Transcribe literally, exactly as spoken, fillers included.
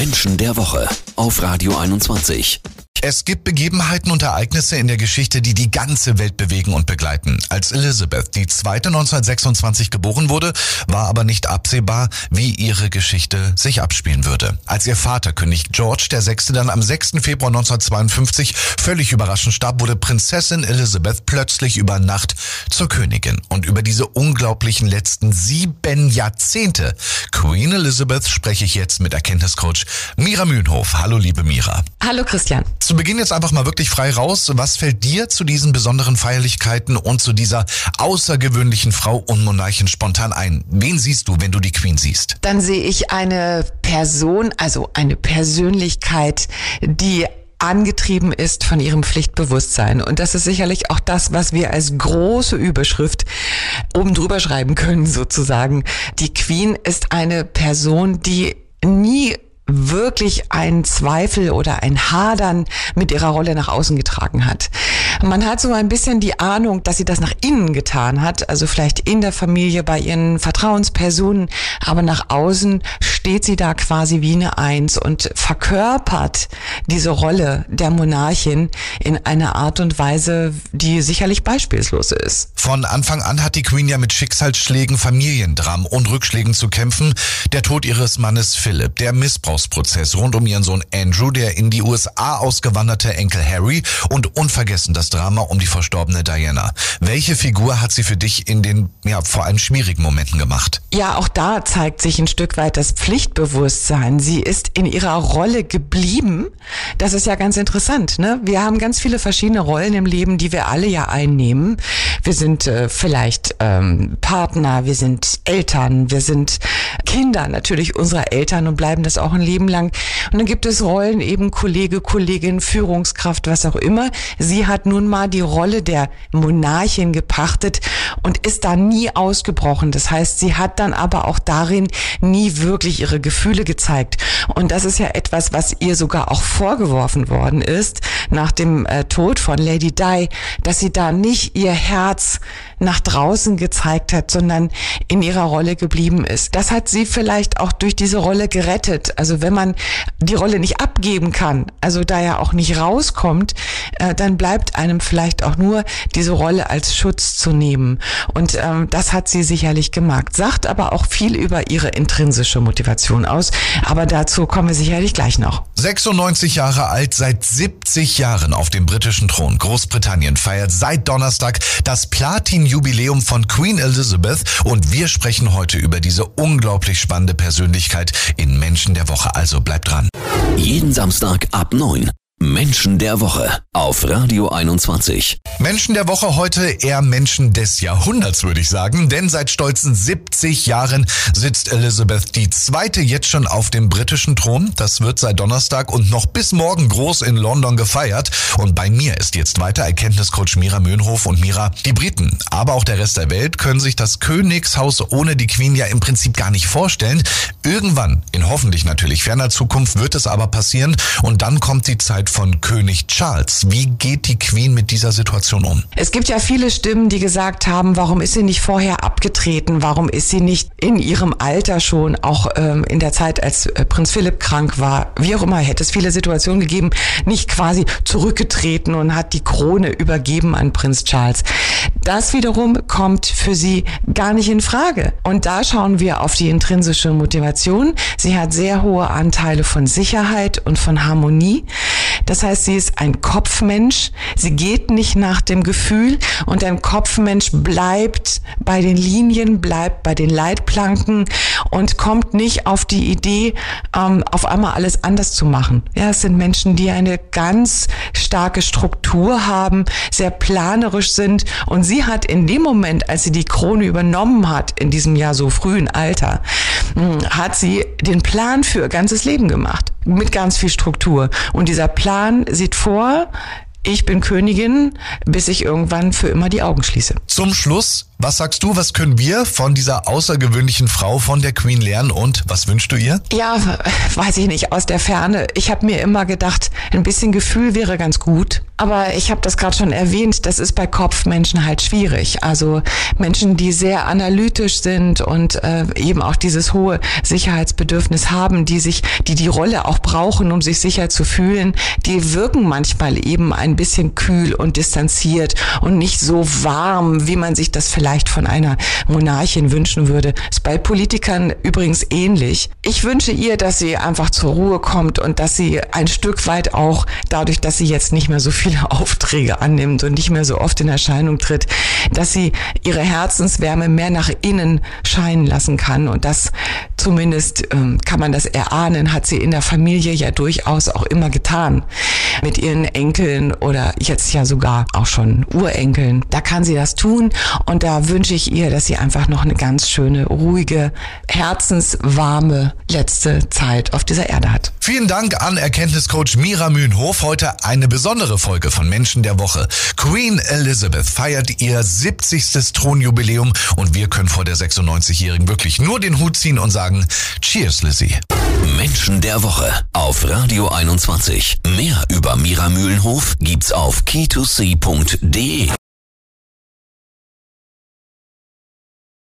Menschen der Woche auf Radio einundzwanzig. Es gibt Begebenheiten und Ereignisse in der Geschichte, die die ganze Welt bewegen und begleiten. Als Elizabeth die Zweite neunzehnhundertsechsundzwanzig geboren wurde, war aber nicht absehbar, wie ihre Geschichte sich abspielen würde. Als ihr Vater, König George der Sechste, dann am sechsten Februar neunzehnhundertzweiundfünfzig völlig überraschend starb, wurde Prinzessin Elizabeth plötzlich über Nacht zur Königin. Und über diese unglaublichen letzten sieben Jahrzehnte Queen Elizabeth spreche ich jetzt mit Erkenntniscoach Mira Mühlenhof. Hallo liebe Mira. Hallo Christian. Zu Beginn jetzt einfach mal wirklich frei raus. Was fällt dir zu diesen besonderen Feierlichkeiten und zu dieser außergewöhnlichen Frau und Monarchin spontan ein? Wen siehst du, wenn du die Queen siehst? Dann sehe ich eine Person, also eine Persönlichkeit, die angetrieben ist von ihrem Pflichtbewusstsein. Und das ist sicherlich auch das, was wir als große Überschrift oben drüber schreiben können, sozusagen. Die Queen ist eine Person, die nie wirklich einen Zweifel oder ein Hadern mit ihrer Rolle nach außen getragen hat. Man hat so ein bisschen die Ahnung, dass sie das nach innen getan hat, also vielleicht in der Familie, bei ihren Vertrauenspersonen, aber nach außen steht sie da quasi wie eine Eins und verkörpert diese Rolle der Monarchin in einer Art und Weise, die sicherlich beispiellos ist. Von Anfang an hat die Queen ja mit Schicksalsschlägen, Familiendramen und Rückschlägen zu kämpfen. Der Tod ihres Mannes Philipp, der Missbrauchsprozess rund um ihren Sohn Andrew, der in die U S A ausgewanderte Enkel Harry und unvergessen das Drama um die verstorbene Diana. Welche Figur hat sie für dich in den, ja, vor allem schwierigen Momenten gemacht? Ja, auch da zeigt sich ein Stück weit das Pflichtbewusstsein. Sie ist in ihrer Rolle geblieben. Das ist ja ganz interessant, ne? Wir haben ganz viele verschiedene Rollen im Leben, die wir alle ja einnehmen. Wir sind äh, vielleicht ähm, Partner, wir sind Eltern, wir sind Kinder natürlich unserer Eltern und bleiben das auch ein Leben lang. Und dann gibt es Rollen eben Kollege, Kollegin, Führungskraft, was auch immer. Sie hat nun mal die Rolle der Monarchin gepachtet und ist da nie ausgebrochen. Das heißt, sie hat dann aber auch darin nie wirklich ihre Gefühle gezeigt. Und das ist ja etwas, was ihr sogar auch vorgeworfen worden ist nach dem äh, Tod von Lady Di, dass sie da nicht ihr Herz nach draußen gezeigt hat, sondern in ihrer Rolle geblieben ist. Das hat sie vielleicht auch durch diese Rolle gerettet. Also wenn man die Rolle nicht abgeben kann, also da ja auch nicht rauskommt, äh, dann bleibt einem vielleicht auch nur diese Rolle als Schutz zu nehmen. Und ähm, das hat sie sicherlich gemacht. Sagt aber auch viel über ihre intrinsische Motivation aus. Aber dazu kommen wir sicherlich gleich noch. sechsundneunzig Jahre alt, seit siebzig Jahren auf dem britischen Thron. Großbritannien feiert seit Donnerstag das Platin-Jubiläum von Queen Elizabeth und wir sprechen heute über diese unglaublich spannende Persönlichkeit in Menschen der Woche. Also bleibt dran. Jeden Samstag ab neun. Menschen der Woche auf Radio einundzwanzig. Menschen der Woche heute eher Menschen des Jahrhunderts, würde ich sagen. Denn seit stolzen siebzig Jahren sitzt Elizabeth die Zweite jetzt schon auf dem britischen Thron. Das wird seit Donnerstag und noch bis morgen groß in London gefeiert. Und bei mir ist jetzt weiter Erkenntniscoach Mira Mühlenhof. Und Mira, die Briten, aber auch der Rest der Welt können sich das Königshaus ohne die Queen ja im Prinzip gar nicht vorstellen. Irgendwann, in hoffentlich natürlich ferner Zukunft, wird es aber passieren. Und dann kommt die Zeit von König Charles. Wie geht die Queen mit dieser Situation um? Es gibt ja viele Stimmen, die gesagt haben, warum ist sie nicht vorher abgetreten? Warum ist sie nicht in ihrem Alter schon, auch ähm, in der Zeit, als äh, Prinz Philipp krank war, wie auch immer, hätte es viele Situationen gegeben, nicht quasi zurückgetreten und hat die Krone übergeben an Prinz Charles. Das wiederum kommt für sie gar nicht in Frage. Und da schauen wir auf die intrinsische Motivation. Sie hat sehr hohe Anteile von Sicherheit und von Harmonie. Das heißt, sie ist ein Kopfmensch. Sie geht nicht nach dem Gefühl und ein Kopfmensch bleibt bei den Linien, bleibt bei den Leitplanken und kommt nicht auf die Idee, ähm, auf einmal alles anders zu machen. Ja, es sind Menschen, die eine ganz starke Struktur haben, sehr planerisch sind und sie hat in dem Moment, als sie die Krone übernommen hat, in diesem ja so frühen Alter, hat sie den Plan für ihr ganzes Leben gemacht. Mit ganz viel Struktur. Und dieser Plan sieht vor, ich bin Königin, bis ich irgendwann für immer die Augen schließe. Zum Schluss, Was sagst du, was können wir von dieser außergewöhnlichen Frau, von der Queen lernen und was wünschst du ihr? Ja, weiß ich nicht, aus der Ferne. Ich habe mir immer gedacht, ein bisschen Gefühl wäre ganz gut. Aber ich habe das gerade schon erwähnt, das ist bei Kopfmenschen halt schwierig. Also Menschen, die sehr analytisch sind und äh, eben auch dieses hohe Sicherheitsbedürfnis haben, die sich, die die Rolle auch brauchen, um sich sicher zu fühlen, die wirken manchmal eben ein bisschen kühl und distanziert und nicht so warm, wie man sich das vielleicht von einer Monarchin wünschen würde. Ist bei Politikern übrigens ähnlich. Ich wünsche ihr, dass sie einfach zur Ruhe kommt und dass sie ein Stück weit auch dadurch, dass sie jetzt nicht mehr so viel viele Aufträge annimmt und nicht mehr so oft in Erscheinung tritt, dass sie ihre Herzenswärme mehr nach innen scheinen lassen kann. Und das zumindest ähm, kann man das erahnen, hat sie in der Familie ja durchaus auch immer getan. Mit ihren Enkeln oder jetzt ja sogar auch schon Urenkeln. Da kann sie das tun und da wünsche ich ihr, dass sie einfach noch eine ganz schöne, ruhige, herzenswarme letzte Zeit auf dieser Erde hat. Vielen Dank an Erkenntniscoach Mira Mühlenhof. Heute eine besondere Folge von Menschen der Woche. Queen Elizabeth feiert ihr siebzigstes Thronjubiläum und wir können vor der sechsundneunzigjährigen wirklich nur den Hut ziehen und sagen, Cheers, Lizzie. Menschen der Woche auf Radio einundzwanzig. Mehr über Mira Mühlenhof gibt's auf key to see punkt de.